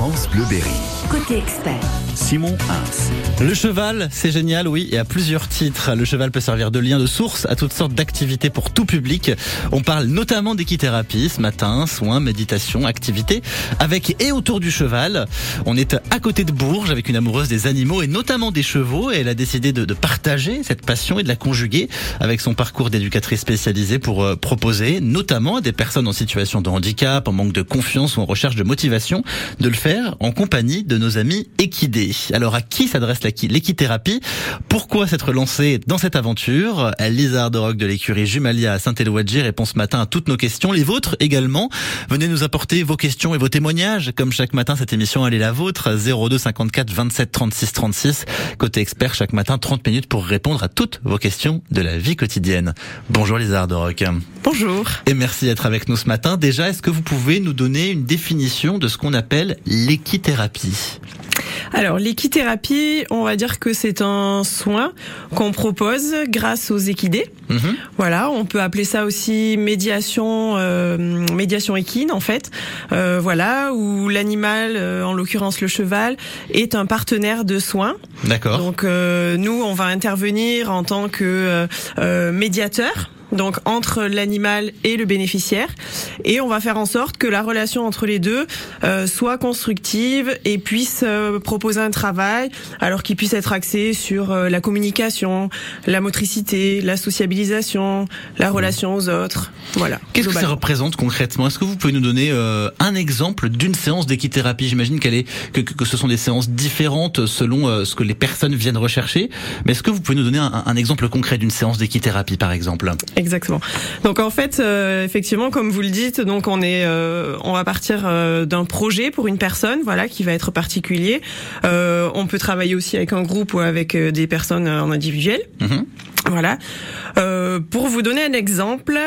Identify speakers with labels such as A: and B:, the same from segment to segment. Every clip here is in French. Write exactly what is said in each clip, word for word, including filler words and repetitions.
A: France Bleu Berry.
B: Côté expert.
A: Simon Hins.
C: Le cheval, c'est génial, oui, et à plusieurs titres. Le cheval peut servir de lien de source à toutes sortes d'activités pour tout public. On parle notamment d'équithérapie ce matin, soins, méditation, activités avec et autour du cheval. On est à côté de Bourges avec une amoureuse des animaux et notamment des chevaux, et elle a décidé de, de partager cette passion et de la conjuguer avec son parcours d'éducatrice spécialisée pour euh, proposer notamment à des personnes en situation de handicap, en manque de confiance ou en recherche de motivation, de le faire en compagnie de nos amis équidés. Alors à qui s'adresse l'équithérapie? Pourquoi s'être lancé dans cette aventure? Lisa Ardoroc de l'écurie Jumalia à Saint-Éloi-de-Gier répond ce matin à toutes nos questions, les vôtres également. Venez nous apporter vos questions et vos témoignages. Comme chaque matin, cette émission elle est la vôtre. zéro deux cinquante-quatre vingt-sept trente-six trente-six. Côté expert, chaque matin trente minutes pour répondre à toutes vos questions de la vie quotidienne. Bonjour Lisa Ardoroc.
D: Bonjour.
C: Et merci d'être avec nous ce matin. Déjà, est-ce que vous pouvez nous donner une définition de ce qu'on appelle l'équithérapie?
D: Alors, l'équithérapie, on va dire que c'est un soin qu'on propose grâce aux équidés. Mmh. Voilà, on peut appeler ça aussi médiation, euh, médiation équine en fait. Euh, voilà, où l'animal, euh, en l'occurrence le cheval, est un partenaire de soins.
C: D'accord.
D: Donc euh, nous, on va intervenir en tant que euh, euh, médiateur. Donc entre l'animal et le bénéficiaire, et on va faire en sorte que la relation entre les deux euh, soit constructive et puisse euh, proposer un travail, alors qu'il puisse être axé sur euh, la communication, la motricité, la sociabilisation, la relation aux autres. Voilà.
C: Qu'est-ce que ça représente concrètement? Est-ce que vous pouvez nous donner euh, un exemple d'une séance d'équithérapie? J'imagine qu'elle est que, que ce sont des séances différentes selon euh, ce que les personnes viennent rechercher, mais est-ce que vous pouvez nous donner un, un exemple concret d'une séance d'équithérapie par exemple?
D: Exactement. Donc en fait, euh, effectivement, comme vous le dites, donc on est, euh, on va partir euh, d'un projet pour une personne, voilà, qui va être particulier. Euh, on peut travailler aussi avec un groupe ou avec euh, des personnes en individuel. Mmh. Voilà. Euh, pour vous donner un exemple,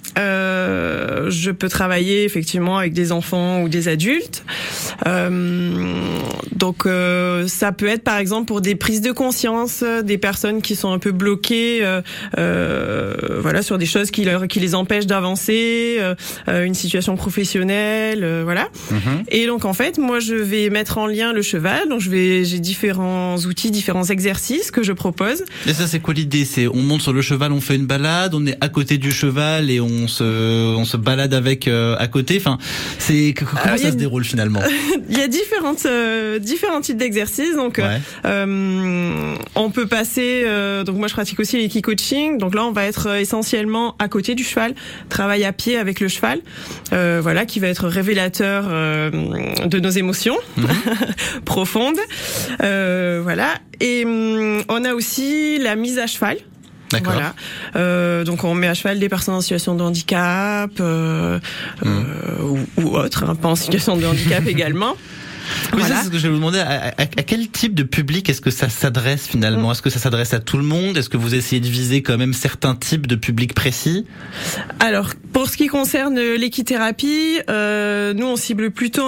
D: euh, je peux travailler effectivement avec des enfants ou des adultes. Euh, donc euh, ça peut être par exemple pour des prises de conscience, des personnes qui sont un peu bloquées, euh, euh, voilà, sur des choses qui leur qui les empêchent d'avancer, euh, une situation professionnelle, euh, voilà. Mmh. Et donc en fait, moi je vais mettre en lien le cheval. Donc je vais, j'ai différents outils, différents exercices que je propose.
C: Et ça c'est quoi l'idée? C'est on monte sur le cheval, on fait une balade, on est à côté du cheval et on se on se balade avec euh, à côté. Enfin, c'est comment Alors, ça a, se déroule finalement?
D: Il y a différentes euh, différents types d'exercices. Donc, ouais. euh, on peut passer. Euh, donc moi, je pratique aussi l'équi-coaching. Donc là, on va être essentiellement à côté du cheval, travail à pied avec le cheval. Euh, voilà, qui va être révélateur euh, de nos émotions mmh. profondes. Euh, voilà. Et on a aussi la mise à cheval.
C: D'accord.
D: Voilà. Euh, donc on met à cheval des personnes en situation de handicap euh, mmh. euh, ou, ou autres, hein, pas en situation de handicap également.
C: Oui,
D: voilà.
C: c'est ce que je vais vous demander. À, à, à quel type de public est-ce que ça s'adresse finalement? Est-ce que ça s'adresse à tout le monde? Est-ce que vous essayez de viser quand même certains types de publics précis?
D: Alors, pour ce qui concerne l'équithérapie, euh, nous on cible plutôt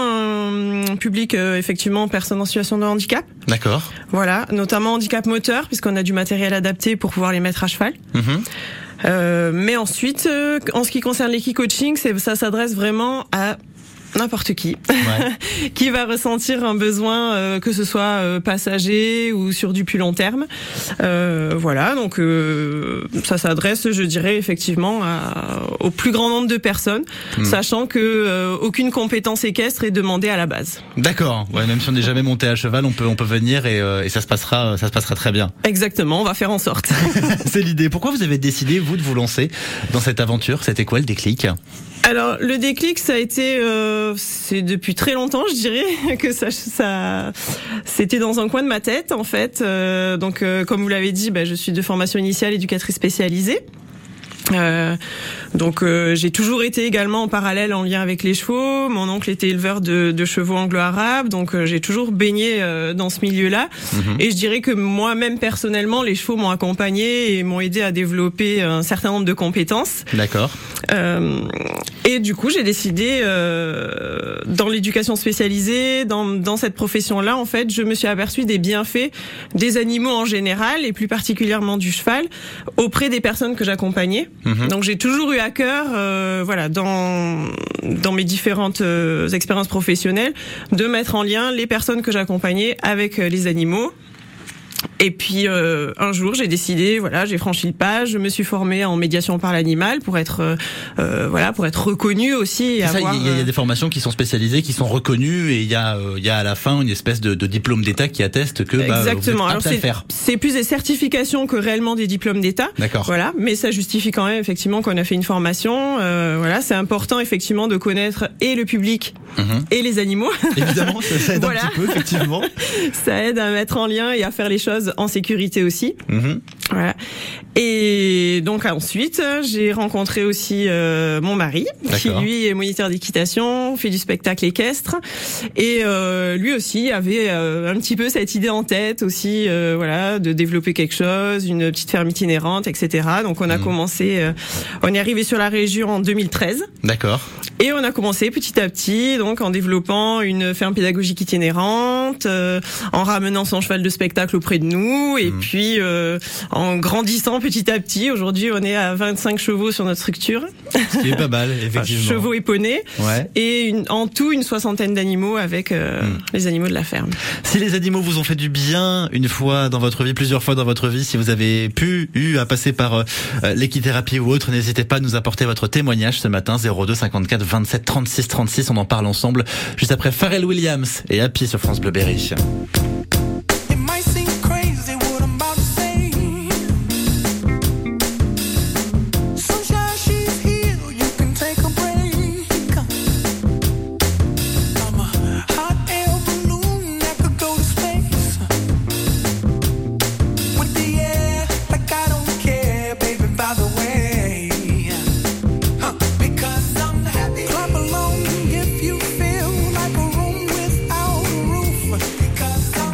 D: un public euh, effectivement personnes en situation de handicap.
C: D'accord.
D: Voilà, notamment handicap moteur, puisqu'on a du matériel adapté pour pouvoir les mettre à cheval. Mmh. Euh, mais ensuite, euh, en ce qui concerne l'équi-coaching, c'est, ça s'adresse vraiment à n'importe qui, ouais. qui va ressentir un besoin, euh, que ce soit euh, passager ou sur du plus long terme. Euh, voilà, donc euh, ça s'adresse, je dirais, effectivement à, au plus grand nombre de personnes, mmh. sachant que euh, aucune compétence équestre est demandée à la base.
C: D'accord. Ouais, même si on n'est jamais monté à cheval, on peut on peut venir et, euh, et ça se passera ça se passera très bien.
D: Exactement, on va faire en sorte.
C: C'est l'idée. Pourquoi vous avez décidé vous de vous lancer dans cette aventure? C'était quoi le déclic?
D: Alors le déclic, ça a été, euh, c'est depuis très longtemps, je dirais que ça, ça, c'était dans un coin de ma tête en fait. Euh, donc euh, comme vous l'avez dit, bah, je suis de formation initiale éducatrice spécialisée. Euh, donc euh, j'ai toujours été également en parallèle en lien avec les chevaux. Mon oncle était éleveur de, de chevaux anglo-arabes, donc euh, j'ai toujours baigné euh, dans ce milieu-là. Mmh. Et je dirais que moi-même personnellement, les chevaux m'ont accompagné et m'ont aidé à développer un certain nombre de compétences.
C: D'accord.
D: Euh, et du coup, j'ai décidé euh, dans l'éducation spécialisée, dans, dans cette profession-là, en fait, je me suis aperçue des bienfaits des animaux en général et plus particulièrement du cheval auprès des personnes que j'accompagnais. Mmh. Donc j'ai toujours eu à à cœur, euh, voilà, dans dans mes différentes euh, expériences professionnelles, de mettre en lien les personnes que j'accompagnais avec euh, les animaux. Et puis euh, un jour, j'ai décidé, voilà, j'ai franchi le pas, je me suis formée en médiation par l'animal pour être, euh, euh, voilà, pour être reconnue aussi. Et
C: C'est
D: avoir,
C: ça, il y, a, il y a des formations qui sont spécialisées, qui sont reconnues, et il y a, euh, il y a à la fin une espèce de, de diplôme d'État qui atteste que bah,
D: exactement.
C: vous êtes apte
D: Alors
C: à
D: c'est,
C: le faire.
D: c'est plus des certifications que réellement des diplômes d'État.
C: D'accord.
D: Voilà, mais ça justifie quand même effectivement qu'on a fait une formation. Euh, voilà, c'est important effectivement de connaître et le public
C: Mmh.
D: et les animaux.
C: Évidemment, ça, ça aide
D: Voilà.
C: un petit peu, effectivement.
D: Ça aide à mettre en lien et à faire les choses en sécurité aussi.
C: Mmh.
D: Voilà. Et donc ensuite, j'ai rencontré aussi euh, mon mari,
C: D'accord.
D: qui lui est moniteur d'équitation, fait du spectacle équestre, et euh, lui aussi avait euh, un petit peu cette idée en tête aussi, euh, voilà, de développer quelque chose, une petite ferme itinérante, et cetera. Donc on a mmh. commencé, euh, on est arrivé sur la région en deux mille treize.
C: D'accord.
D: Et on a commencé petit à petit, donc en développant une ferme pédagogique itinérante, euh, en ramenant son cheval de spectacle auprès de nous, et mmh. puis euh, en grandissant petit à petit. Aujourd'hui, on est à vingt-cinq chevaux sur notre structure.
C: Ce qui est pas mal, effectivement.
D: Enfin, chevaux et poneys.
C: Ouais.
D: Et une, en tout, une soixantaine d'animaux avec euh, mmh. les animaux de la ferme.
C: Si les animaux vous ont fait du bien une fois dans votre vie, plusieurs fois dans votre vie, si vous avez pu, eu à passer par euh, l'équithérapie ou autre, n'hésitez pas à nous apporter votre témoignage ce matin, zéro deux cinquante-quatre vingt-sept trente-six trente-six. On en parle ensemble juste après Pharrell Williams et Happy sur France Bleu Berry.
B: Clap along if you feel like a room without a roof. 'Cause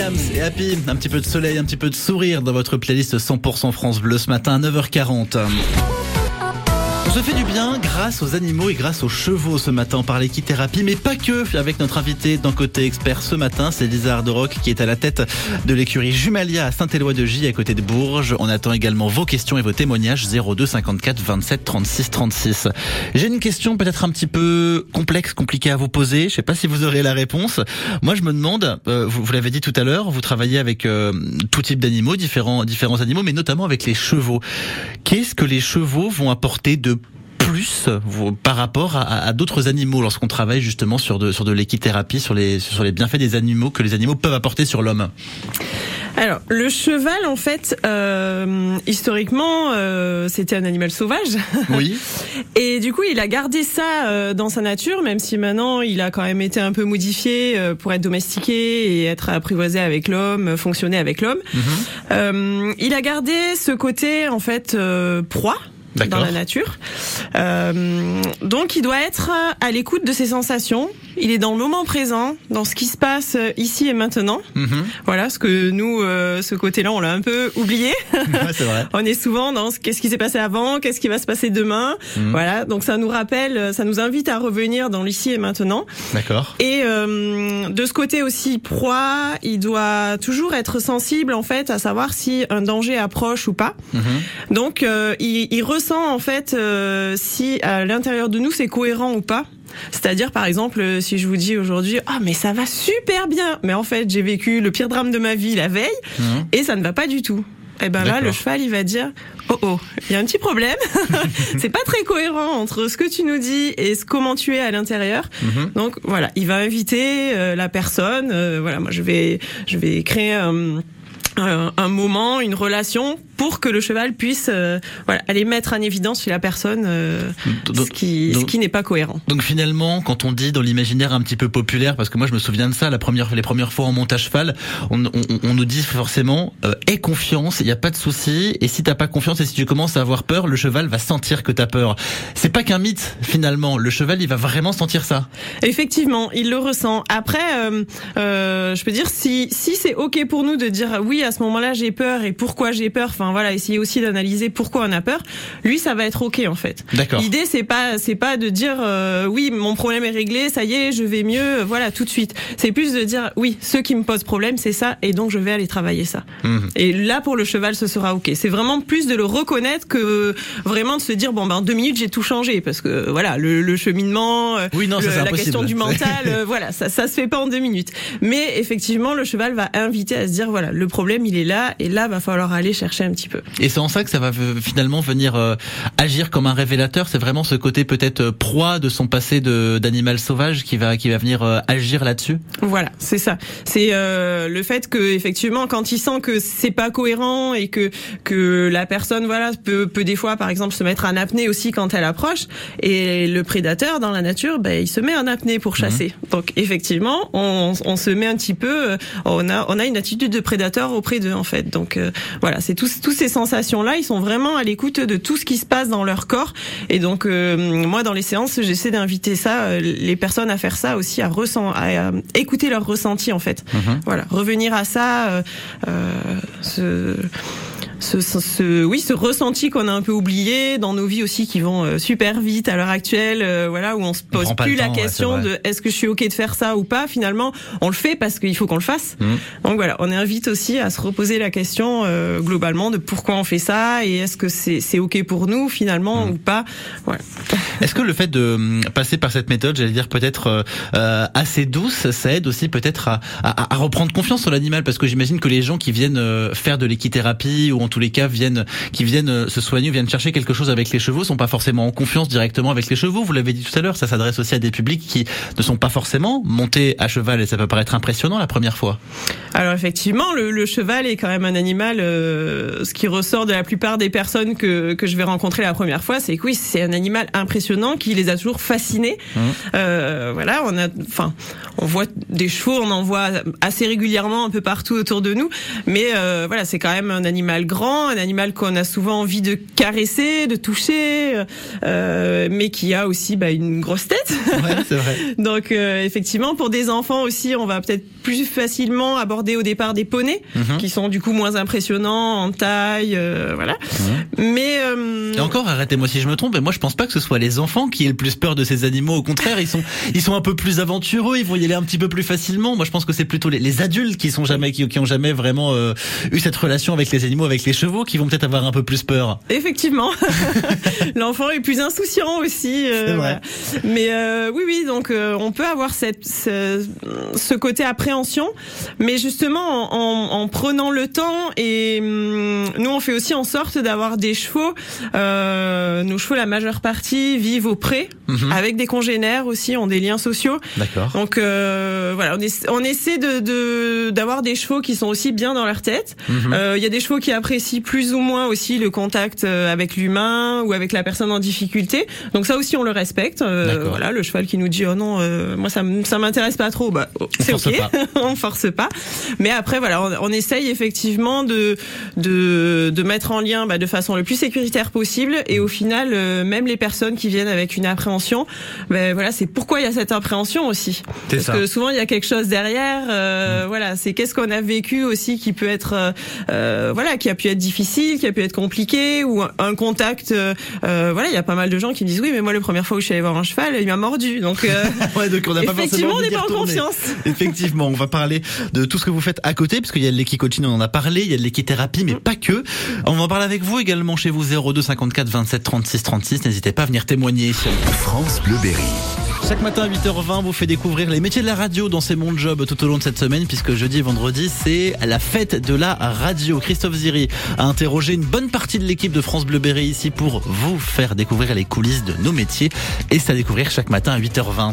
C: Williams et Happy, un petit peu de soleil, un petit peu de sourire dans votre playlist cent pour cent France Bleu ce matin à neuf heures quarante. On se fait du bien grâce aux animaux et grâce aux chevaux ce matin par l'équithérapie, mais pas que. Avec notre invité d'un côté expert ce matin, c'est Lisa Ardoroc qui est à la tête de l'écurie Jumalia à Saint-Éloi-de-Gy à côté de Bourges. On attend également vos questions et vos témoignages zéro deux cinquante-quatre vingt-sept trente-six trente-six. J'ai une question peut-être un petit peu complexe, compliquée à vous poser. Je sais pas si vous aurez la réponse. Moi, je me demande, euh, vous, vous l'avez dit tout à l'heure, vous travaillez avec euh, tout type d'animaux, différents différents animaux, mais notamment avec les chevaux. Qu'est-ce que les chevaux vont apporter de plus par rapport à, à d'autres animaux lorsqu'on travaille justement sur de, sur de l'équithérapie, sur les, sur les bienfaits des animaux que les animaux peuvent apporter sur l'homme?
D: Alors, le cheval, en fait, euh, historiquement, euh, c'était un animal sauvage.
C: Oui.
D: Et du coup, il a gardé ça euh, dans sa nature, même si maintenant, il a quand même été un peu modifié euh, pour être domestiqué et être apprivoisé avec l'homme, fonctionner avec l'homme. Mm-hmm. Euh, il a gardé ce côté, en fait, euh, proie. D'accord. Dans la nature. Euh, donc, il doit être à l'écoute de ses sensations. Il est dans le moment présent, dans ce qui se passe ici et maintenant. Mmh. Voilà, ce que nous, euh, ce côté-là, on l'a un peu oublié.
C: Ouais, c'est vrai.
D: On est souvent dans ce, qu'est-ce qui s'est passé avant, qu'est-ce qui va se passer demain. Mmh. Voilà, donc ça nous rappelle, ça nous invite à revenir dans l'ici et maintenant.
C: D'accord.
D: Et euh, de ce côté aussi proie, il doit toujours être sensible en fait à savoir si un danger approche ou pas. Mmh. Donc, euh, il, il ressent en fait euh, si à l'intérieur de nous c'est cohérent ou pas. C'est-à-dire, par exemple, si je vous dis aujourd'hui « Ah, mais ça va super bien !» Mais en fait, j'ai vécu le pire drame de ma vie la veille mmh. et ça ne va pas du tout. Et ben là, le cheval, il va dire « Oh, oh, il y a un petit problème. C'est pas très cohérent entre ce que tu nous dis et ce, comment tu es à l'intérieur. Mmh. » Donc, voilà, il va inviter euh, la personne. Euh, voilà, moi, je vais, je vais créer un... Un, un moment, une relation pour que le cheval puisse euh, voilà, aller mettre en évidence chez la personne euh, donc, ce qui, donc, ce qui n'est pas cohérent.
C: Donc finalement, quand on dit dans l'imaginaire un petit peu populaire, parce que moi je me souviens de ça, la première, les premières fois en monte à cheval, on, on, on nous dit forcément euh, aie confiance, il n'y a pas de souci, et si t'as pas confiance et si tu commences à avoir peur, le cheval va sentir que t'as peur. C'est pas qu'un mythe finalement, le cheval il va vraiment sentir ça.
D: Effectivement, il le ressent. Après, euh, euh, je peux dire si si c'est ok pour nous de dire oui à ce moment-là j'ai peur et pourquoi j'ai peur. Enfin voilà, essayer aussi d'analyser pourquoi on a peur. Lui, ça va être ok en fait.
C: D'accord.
D: L'idée c'est pas c'est pas de dire euh, oui mon problème est réglé, ça y est, je vais mieux, voilà tout de suite. C'est plus de dire oui, ce qui me pose problème c'est ça et donc je vais aller travailler ça. Mmh. Et là pour le cheval ce sera ok. C'est vraiment plus de le reconnaître que vraiment de se dire bon ben en deux minutes j'ai tout changé parce que voilà le, le cheminement,
C: oui, non,
D: le,
C: ça, c'est
D: la
C: impossible.
D: question du mental, euh, voilà ça ça se fait pas en deux minutes. Mais effectivement le cheval va inviter à se dire voilà le problème il est là et là va falloir aller chercher un petit peu.
C: Et c'est en ça que ça va finalement venir euh, agir comme un révélateur. C'est vraiment ce côté peut-être proie de son passé de d'animal sauvage qui va qui va venir euh, agir là-dessus.
D: Voilà, c'est ça. C'est euh, le fait que effectivement quand il sent que c'est pas cohérent et que que la personne voilà peut peut des fois par exemple se mettre en apnée aussi quand elle approche et le prédateur dans la nature ben il se met en apnée pour chasser. Mmh. Donc effectivement on on se met un petit peu on a on a une attitude de prédateur auprès d'eux en fait. Donc euh, voilà, c'est tous tous ces sensations-là, ils sont vraiment à l'écoute de tout ce qui se passe dans leur corps. Et donc, euh, moi, dans les séances, j'essaie d'inviter ça, euh, les personnes à faire ça aussi, à, ressent, à, à écouter leur ressenti, en fait. Mmh. Voilà, revenir à ça, euh, euh, ce... Ce, ce, ce, oui, ce ressenti qu'on a un peu oublié dans nos vies aussi qui vont euh, super vite à l'heure actuelle, euh, voilà, où on se pose plus la temps, question ouais, de est-ce que je suis ok de faire ça ou pas. Finalement, on le fait parce qu'il faut qu'on le fasse. Mmh. Donc voilà, on invite aussi à se reposer la question euh, globalement de pourquoi on fait ça et est-ce que c'est, c'est ok pour nous finalement mmh. ou pas. Voilà.
C: Est-ce que le fait de passer par cette méthode, j'allais dire peut-être euh, assez douce, ça aide aussi peut-être à, à, à reprendre confiance sur l'animal, parce que j'imagine que les gens qui viennent euh, faire de l'équithérapie ou en tous les cas viennent qui viennent se soigner, viennent chercher quelque chose avec les chevaux, sont pas forcément en confiance directement avec les chevaux. Vous l'avez dit tout à l'heure, ça s'adresse aussi à des publics qui ne sont pas forcément montés à cheval et ça peut paraître impressionnant la première fois.
D: Alors effectivement, le, le cheval est quand même un animal. Euh, ce qui ressort de la plupart des personnes que que je vais rencontrer la première fois, c'est que oui, c'est un animal impressionnant qui les a toujours fascinés. Mmh. Euh, voilà, on a, enfin, on voit des chevaux, on en voit assez régulièrement un peu partout autour de nous, mais euh, voilà, c'est quand même un animal grand. grand, un animal qu'on a souvent envie de caresser, de toucher, euh, mais qui a aussi bah, une grosse tête.
C: Ouais, c'est vrai.
D: Donc euh, effectivement, pour des enfants aussi, on va peut-être plus facilement aborder au départ des poneys, mmh. qui sont du coup moins impressionnants en taille, euh, voilà. Mmh. Mais euh...
C: et encore, arrêtez-moi si je me trompe, mais moi je pense pas que ce soit les enfants qui aient le plus peur de ces animaux. Au contraire, ils sont ils sont un peu plus aventureux, ils vont y aller un petit peu plus facilement. Moi je pense que c'est plutôt les, les adultes qui sont jamais qui, qui ont jamais vraiment euh, eu cette relation avec les animaux, avec les chevaux, qui vont peut-être avoir un peu plus peur.
D: Effectivement, l'enfant est plus insouciant aussi. Euh,
C: c'est vrai.
D: Voilà. Mais euh, oui, oui, donc euh, on peut avoir cette ce, ce côté appréhension, mais justement en, en, en prenant le temps et hum, nous on fait aussi en sorte d'avoir des chevaux. Euh, nos chevaux, la majeure partie vivent au pré, mmh. avec des congénères aussi, ont des liens sociaux.
C: D'accord.
D: Donc euh, voilà, on, est, on essaie de, de d'avoir des chevaux qui sont aussi bien dans leur tête. Il mmh. euh, y a des chevaux qui apprécient plus ou moins aussi le contact avec l'humain ou avec la personne en difficulté. Donc ça aussi on le respecte. Euh, voilà, le cheval qui nous dit oh non, euh, moi ça ça m'intéresse pas trop, bah c'est ok, on force pas. Mais après voilà, on, on essaye effectivement de de de mettre en lien bah, de façon le plus sécuritaire possible. Et au final, euh, même les personnes qui viennent avec une appréhension, ben voilà, c'est pourquoi il y a cette appréhension aussi.
C: C'est
D: Parce
C: ça.
D: que souvent il y a quelque chose derrière. Euh, mmh. Voilà, c'est qu'est-ce qu'on a vécu aussi qui peut être, euh, voilà, qui a pu être difficile, qui a pu être compliqué, ou un, un contact. Euh, voilà, il y a pas mal de gens qui me disent oui, mais moi la première fois où je suis allée voir un cheval, il m'a mordu. Donc, euh,
C: ouais, donc on n'a pas
D: effectivement,
C: forcément
D: on n'est pas en
C: retourner.
D: confiance.
C: Effectivement, on va parler de tout ce que vous faites à côté, parce qu'il y a de l'équicoaching, on en a parlé, il y a de l'équithérapie, mais mmh. pas que. On va en parler avec vous également chez vous, zéro deux cinquante-quatre vingt-sept trente-six trente-six. N'hésitez pas à venir témoigner.
A: France Bleu Berry.
C: Chaque matin à huit heures vingt, vous fait découvrir les métiers de la radio dans C'est mon job tout au long de cette semaine, puisque jeudi et vendredi, c'est la fête de la radio. Christophe Ziri a interrogé une bonne partie de l'équipe de France Bleu Berry ici pour vous faire découvrir les coulisses de nos métiers. Et c'est à découvrir chaque matin à huit heures vingt.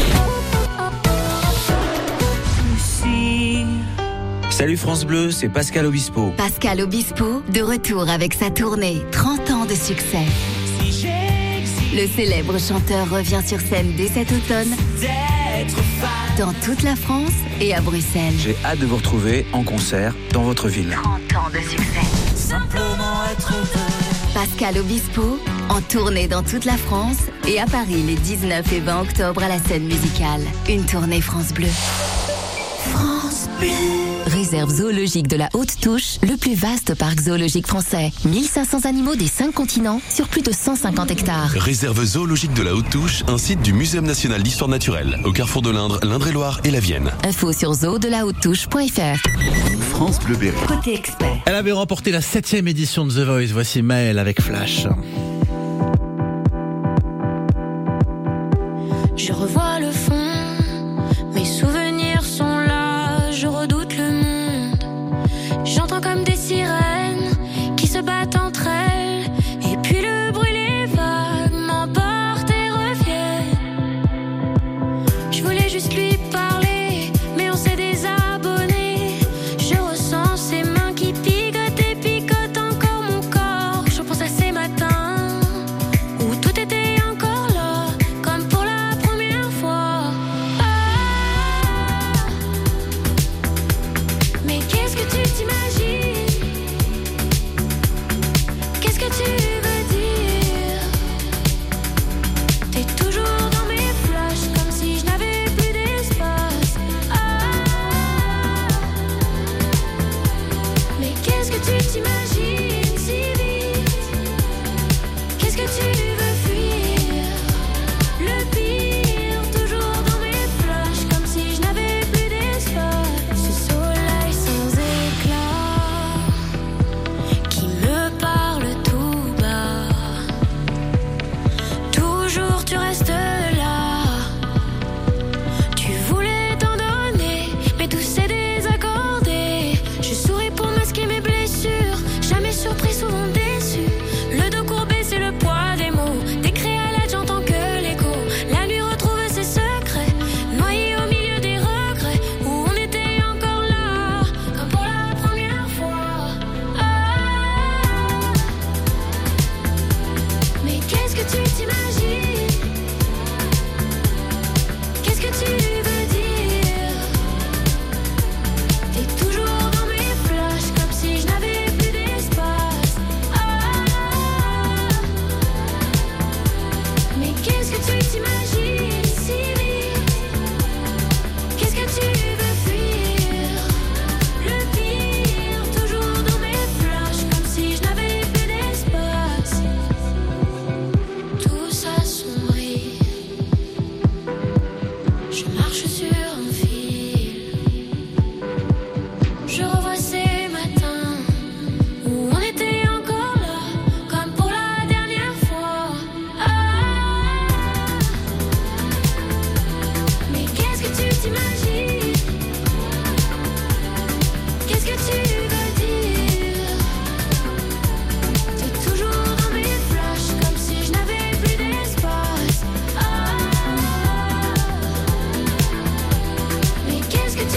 B: Salut France Bleu, c'est Pascal Obispo.
E: Pascal Obispo, de retour avec sa tournée trente ans de succès. Le célèbre chanteur revient sur scène dès cet automne dans toute la France et à Bruxelles.
B: J'ai hâte de vous retrouver en concert dans votre ville.
E: trente ans de succès.
F: Simplement être heureux.
E: Pascal Obispo, en tournée dans toute la France et à Paris les dix-neuf et vingt octobre à la scène musicale. Une tournée France Bleu. France Bleu. Réserve zoologique de la Haute-Touche, le plus vaste parc zoologique français. mille cinq cents animaux des cinq continents sur plus de cent cinquante hectares.
G: Réserve zoologique de la Haute-Touche, un site du Muséum national d'histoire naturelle, au carrefour de l'Indre, l'Indre-et-Loire et la Vienne.
E: Info sur zoo de la haute touche point f r.
A: France Bleu Berry.
E: Côté expert.
C: Elle avait remporté la septième édition de The Voice. Voici Maëlle avec Flash.
F: Je revois le fond, mes souvenirs sont là, je redoute le monde. J'entends comme des sirènes qui se battent entre elles, et puis le bruit, les vagues m'emportent et reviennent. Je voulais juste lui parler, mais on s'est désabonné. Je ressens ses mains qui picotent et picotent encore mon corps. Je pense à ces matins où tout était encore là, comme pour la première fois.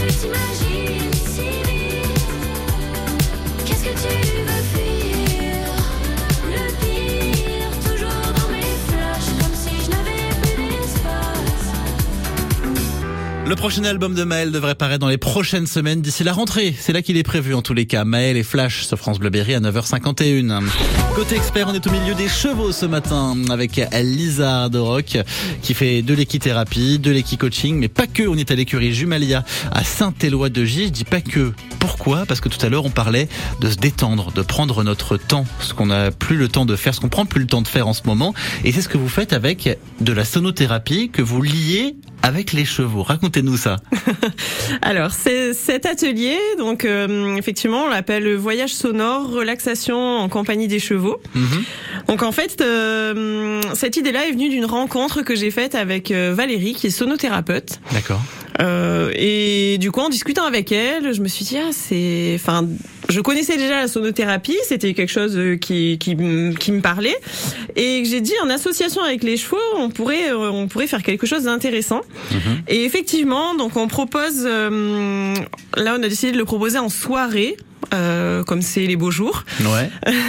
F: tu t'imagines si vite? Qu'est-ce que tu veux fuir? Le pire, toujours dans mes flashs, comme si je n'avais plus d'espace.
C: Le prochain album de Maël devrait paraître dans les prochaines semaines d'ici la rentrée. C'est là qu'il est prévu en tous les cas. Maël et Flash sur France Bleu Berry à neuf heures cinquante et une. Côté expert, on est au milieu des chevaux ce matin avec Lisa de Rock qui fait de l'équithérapie, de l'équicoaching, mais pas que. On est à l'écurie Jumalia à Saint-Éloi-de-Gy. Je dis pas que. Pourquoi ? Parce que tout à l'heure on parlait de se détendre, de prendre notre temps, ce qu'on n'a plus le temps de faire, ce qu'on prend plus le temps de faire en ce moment. Et c'est ce que vous faites avec de la sonothérapie que vous liez avec les chevaux. Racontez-nous ça.
D: Alors, c'est cet atelier, donc euh, effectivement, on l'appelle voyage sonore, relaxation en compagnie des chevaux. Mm-hmm. Donc en fait, euh, cette idée-là est venue d'une rencontre que j'ai faite avec euh, Valérie, qui est sonothérapeute.
C: D'accord.
D: Euh, et du coup, en discutant avec elle, je me suis dit, ah, c'est, enfin, je connaissais déjà la sonothérapie, c'était quelque chose qui qui, qui me parlait, et que j'ai dit, en association avec les chevaux, on pourrait on pourrait faire quelque chose d'intéressant. Mmh. Et effectivement, donc on propose, euh, là, on a décidé de le proposer en soirée. Euh, comme c'est les beaux jours.
C: Ouais.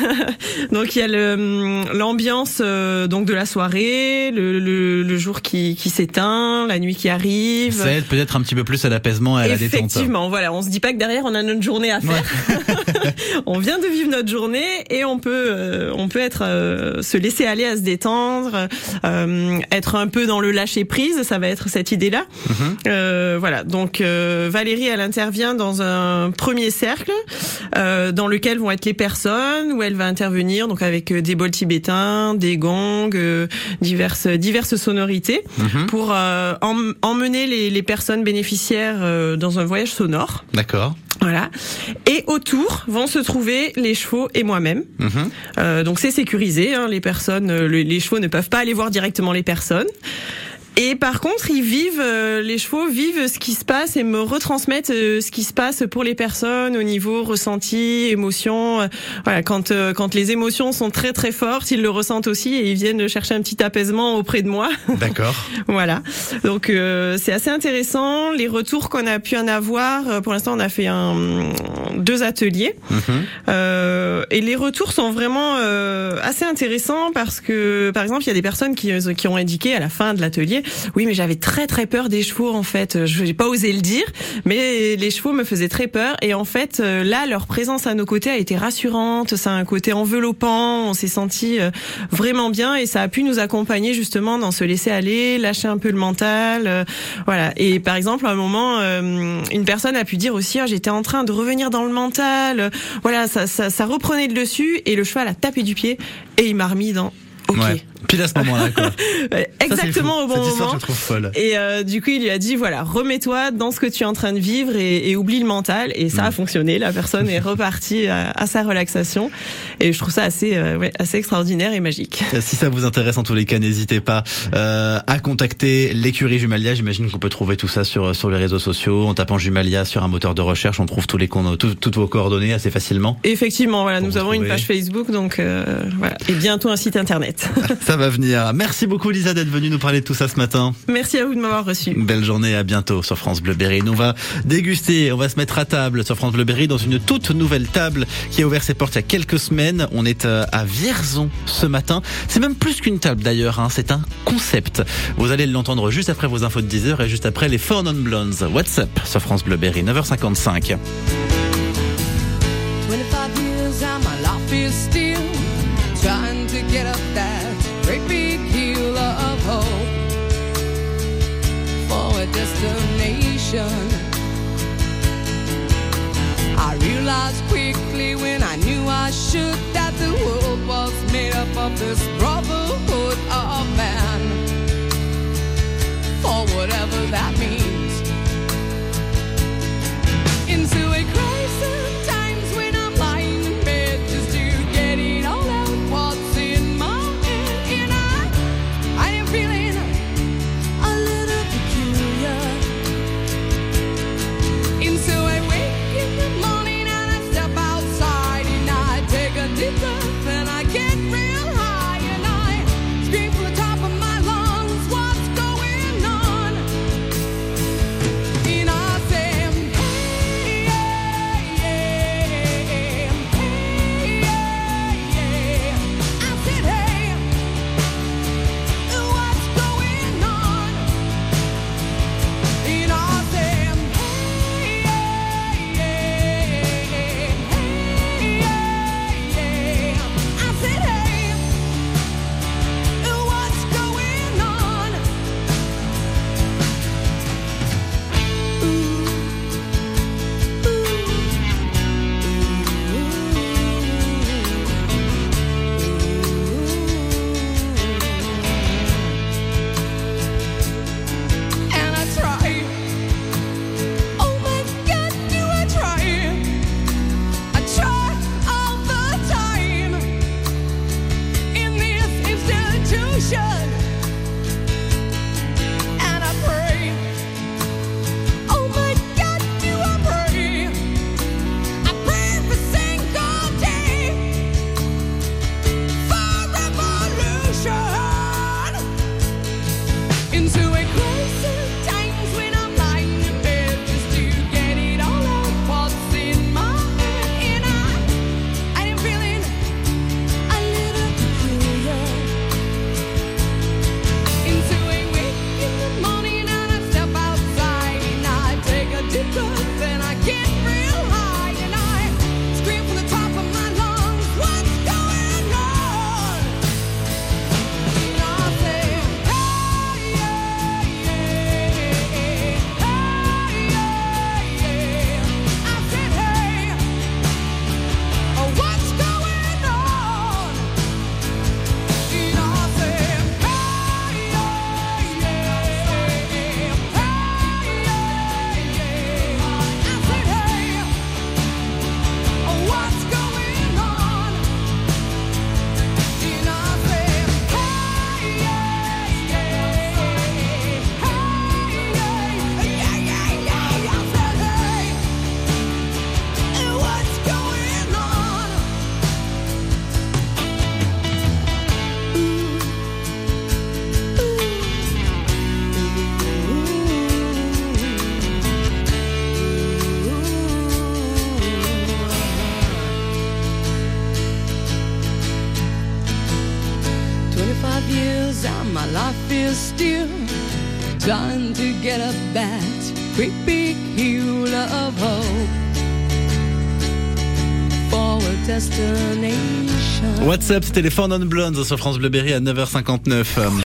D: Donc il y a le, l'ambiance euh, donc de la soirée, le, le, le jour qui, qui s'éteint, la nuit qui arrive.
C: Ça aide peut-être un petit peu plus à l'apaisement et à la détente.
D: Effectivement, voilà, on se dit pas que derrière on a notre journée à faire. Ouais. On vient de vivre notre journée et on peut euh, on peut être euh, se laisser aller à se détendre, euh, être un peu dans le lâcher prise. Ça va être cette idée-là. Mm-hmm. Euh, voilà. Donc euh, Valérie, elle intervient dans un premier cercle. Euh, dans lequel vont être les personnes, où elle va intervenir donc avec euh, des bols tibétains, des gongs, euh, diverses diverses sonorités, mmh. pour euh, em- emmener les, les personnes bénéficiaires euh, dans un voyage sonore.
C: D'accord.
D: Voilà. Et autour vont se trouver les chevaux et moi-même. Mmh. Euh, donc c'est sécurisé, hein, les personnes, euh, les, les chevaux ne peuvent pas aller voir directement les personnes. Et par contre, ils vivent, euh, les chevaux vivent ce qui se passe et me retransmettent euh, ce qui se passe pour les personnes au niveau ressenti, émotion. Euh, voilà, quand euh, quand les émotions sont très très fortes, ils le ressentent aussi et ils viennent chercher un petit apaisement auprès de moi.
C: D'accord.
D: Voilà. Donc euh, c'est assez intéressant. Les retours qu'on a pu en avoir, euh, pour l'instant, on a fait un deux ateliers mmh. euh, et les retours sont vraiment euh, assez intéressants parce que, par exemple, il y a des personnes qui qui ont indiqué à la fin de l'atelier. Oui, mais j'avais très très peur des chevaux en fait. Je n'ai pas osé le dire, mais les chevaux me faisaient très peur. Et en fait, là, leur présence à nos côtés a été rassurante. Ça a un côté enveloppant. On s'est senti vraiment bien et ça a pu nous accompagner justement dans se laisser aller, lâcher un peu le mental. Voilà. Et par exemple, à un moment, une personne a pu dire aussi, oh, j'étais en train de revenir dans le mental. Voilà, ça, ça, ça reprenait le dessus et le cheval a tapé du pied et il m'a remis dans. Ok.
C: Ouais. Pile à ce moment-là, quoi.
D: Exactement. Ça, au bon
C: Cette
D: moment.
C: histoire, je trouve folle.
D: Et euh, du coup, il lui a dit, voilà, remets-toi dans ce que tu es en train de vivre et, et oublie le mental. Et ça mmh. a fonctionné. La personne est repartie à, à sa relaxation. Et je trouve ça assez, euh, ouais, assez extraordinaire et magique.
C: Si ça vous intéresse, en tous les cas, n'hésitez pas euh, à contacter l'écurie Jumalia. J'imagine qu'on peut trouver tout ça sur sur les réseaux sociaux. En tapant Jumalia sur un moteur de recherche, on trouve tous les tout, toutes vos coordonnées assez facilement.
D: Effectivement, voilà, nous avons trouver. une page Facebook, donc euh, voilà, et bientôt un site internet.
C: Ça va venir. Merci beaucoup Lisa d'être venue nous parler de tout ça ce matin.
D: Merci à vous de m'avoir reçu.
C: Belle journée, à bientôt sur France Bleu Berry. Nous on va déguster, on va se mettre à table sur France Bleu Berry dans une toute nouvelle table qui a ouvert ses portes il y a quelques semaines. On est à Vierzon ce matin. C'est même plus qu'une table d'ailleurs, hein. C'est un concept. Vous allez l'entendre juste après vos infos de dix heures et juste après les Four Non Blondes. What's up sur France Bleu Berry, neuf heures cinquante-cinq.
H: Destination. I realized quickly when I knew I should that the world was made up of this brotherhood of man. For whatever that means. Into a crisis times when I'm lying in bed just to get it all out what's in my head. And I, I am feeling a little peculiar. And so I wake in the morning and I step outside and I take a deep breath and I get real high and I scream from the top of my lungs, what's going on? we're still trying to get up that great big hill of hope for a destination.
C: WhatsApp, c'était les Four Non Blondes sur France Bleu Berry à neuf heures cinquante-neuf.